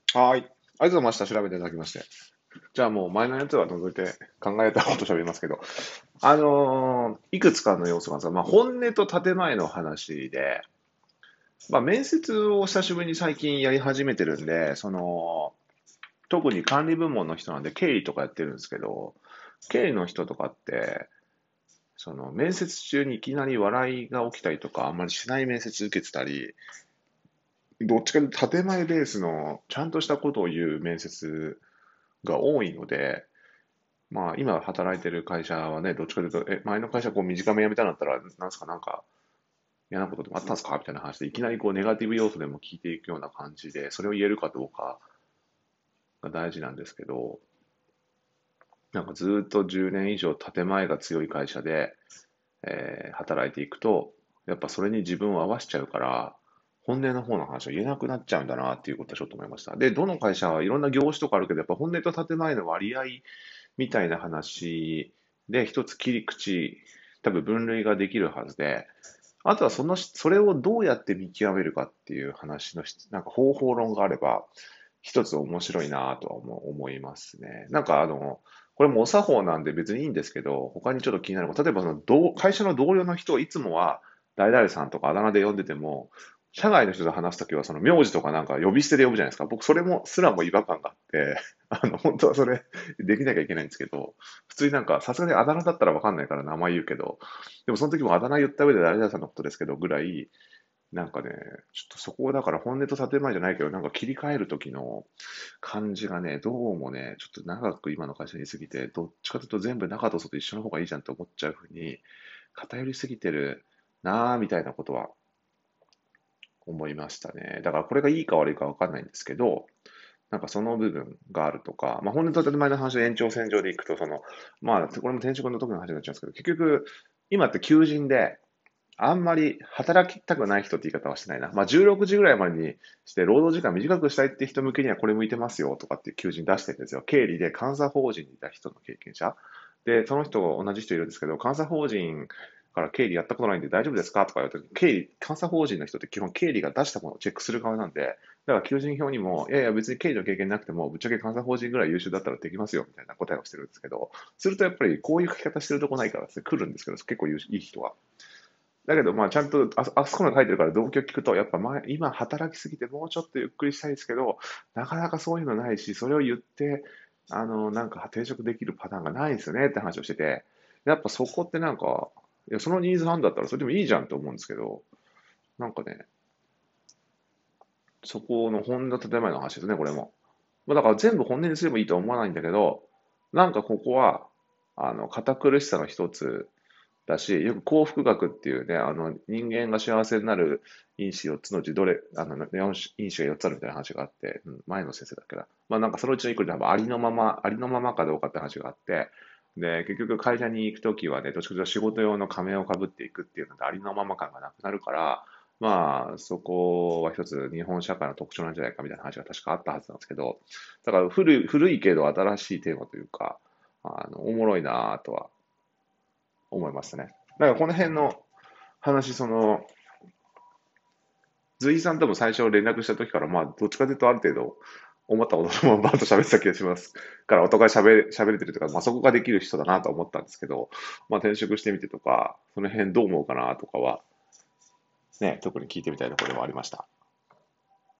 はい。ありがとうございました。調べていただきまして。じゃあもう前のやつは除いて考えたこと喋りますけど、いくつかの要素があるんですが、まあ、本音と建前の話で、まあ、面接を久しぶりに最近やり始めてるんで、特に管理部門の人なんで経理とかやってるんですけど、経理の人とかって、面接中にいきなり笑いが起きたりとか、あんまりしない面接受けてたり、どっちかというと建前ベースのちゃんとしたことを言う面接が多いので、まあ、今働いてる会社はね、どっちかというと、前の会社こう短め辞めたんだったら、なんすか、なんか嫌なことでもあったんですかみたいな話で、いきなりこうネガティブ要素でも聞いていくような感じで、それを言えるかどうかが大事なんですけど、なんかずっと10年以上建前が強い会社で、働いていくと、やっぱそれに自分を合わせちゃうから、本音の方の話を言えなくなっちゃうんだなっていうことはちょっと思いました。で、どの会社はいろんな業種とかあるけど、やっぱ本音と建前の割合みたいな話で一つ切り口、多分分類ができるはずで、あとはそれをどうやって見極めるかっていう話のなんか方法論があれば、一つ面白いなとは思いますね。なんかこれもお作法なんで別にいいんですけど、他にちょっと気になるのが、例えば会社の同僚の人をいつもは誰々さんとかあだ名で呼んでても、社外の人と話すときはその名字とかなんか呼び捨てで呼ぶじゃないですか。僕それもすらも違和感があって、本当はそれできなきゃいけないんですけど、普通になんかさすがにあだ名だったらわかんないから名前言うけど、でもその時もあだ名言った上で誰々さんのことですけどぐらい、なんかね、ちょっとそこをだから本音と建前じゃないけど、なんか切り替える時の感じがね、どうもね、ちょっと長く今の会社にいすぎて、どっちかというと全部中と外一緒の方がいいじゃんと思っちゃうふうに、偏りすぎてるなぁ、みたいなことは思いましたね。だからこれがいいか悪いかわかんないんですけど、なんかその部分があるとか、まあ、本音と建前の話の延長線上でいくと、まあ、これも転職の時の話になっちゃうんですけど、結局、今って求人で、あんまり働きたくない人って言い方はしてないな。まあ、16時ぐらいまでにして、労働時間短くしたいって人向けにはこれ向いてますよとかっていう求人出してるんですよ。経理で監査法人にいた人の経験者。で、その人、同じ人いるんですけど、監査法人から経理やったことないんで大丈夫ですかとか言われて、監査法人の人って基本経理が出したものをチェックする側なんで、だから求人票にも、いやいや別に経理の経験なくても、ぶっちゃけ監査法人ぐらい優秀だったらできますよみたいな答えをしてるんですけど、するとやっぱりこういう書き方してるとこないからですね、来るんですけど、結構いい人は。だけど、まあ、ちゃんとあそこまで書いてるから動機を聞くと、やっぱ今働きすぎてもうちょっとゆっくりしたいですけど、なかなかそういうのないし、それを言って、なんか定職できるパターンがないんですよねって話をしてて、やっぱそこってなんか、いや、そのニーズなんだったらそれでもいいじゃんと思うんですけど、なんかね、そこの本音と建前の話ですね、これも。まあ、だから全部本音にすればいいとは思わないんだけど、なんかここは、堅苦しさの一つだし、よく幸福学っていうね、人間が幸せになる因子4つのうち因子が4つあるみたいな話があって、前の先生だっけな。まあなんかそのうちの1個で多分ありのままかどうかって話があって、で、結局会社に行くときはね、どっちかというと仕事用の仮面をかぶっていくっていうので、ありのまま感がなくなるから、まあ、そこは一つ日本社会の特徴なんじゃないかみたいな話が確かあったはずなんですけど、だから古いけど新しいテーマというか、おもろいなぁとは思いますね。だからこの辺の話、随さんとも最初連絡した時から、まあ、どっちかというとある程度思ったこともバーッと喋ってた気がしますから、お互い喋れてるというか、まあそこができる人だなと思ったんですけど、まあ転職してみてとか、その辺どう思うかなとかは、ね、特に聞いてみたいところでもありました。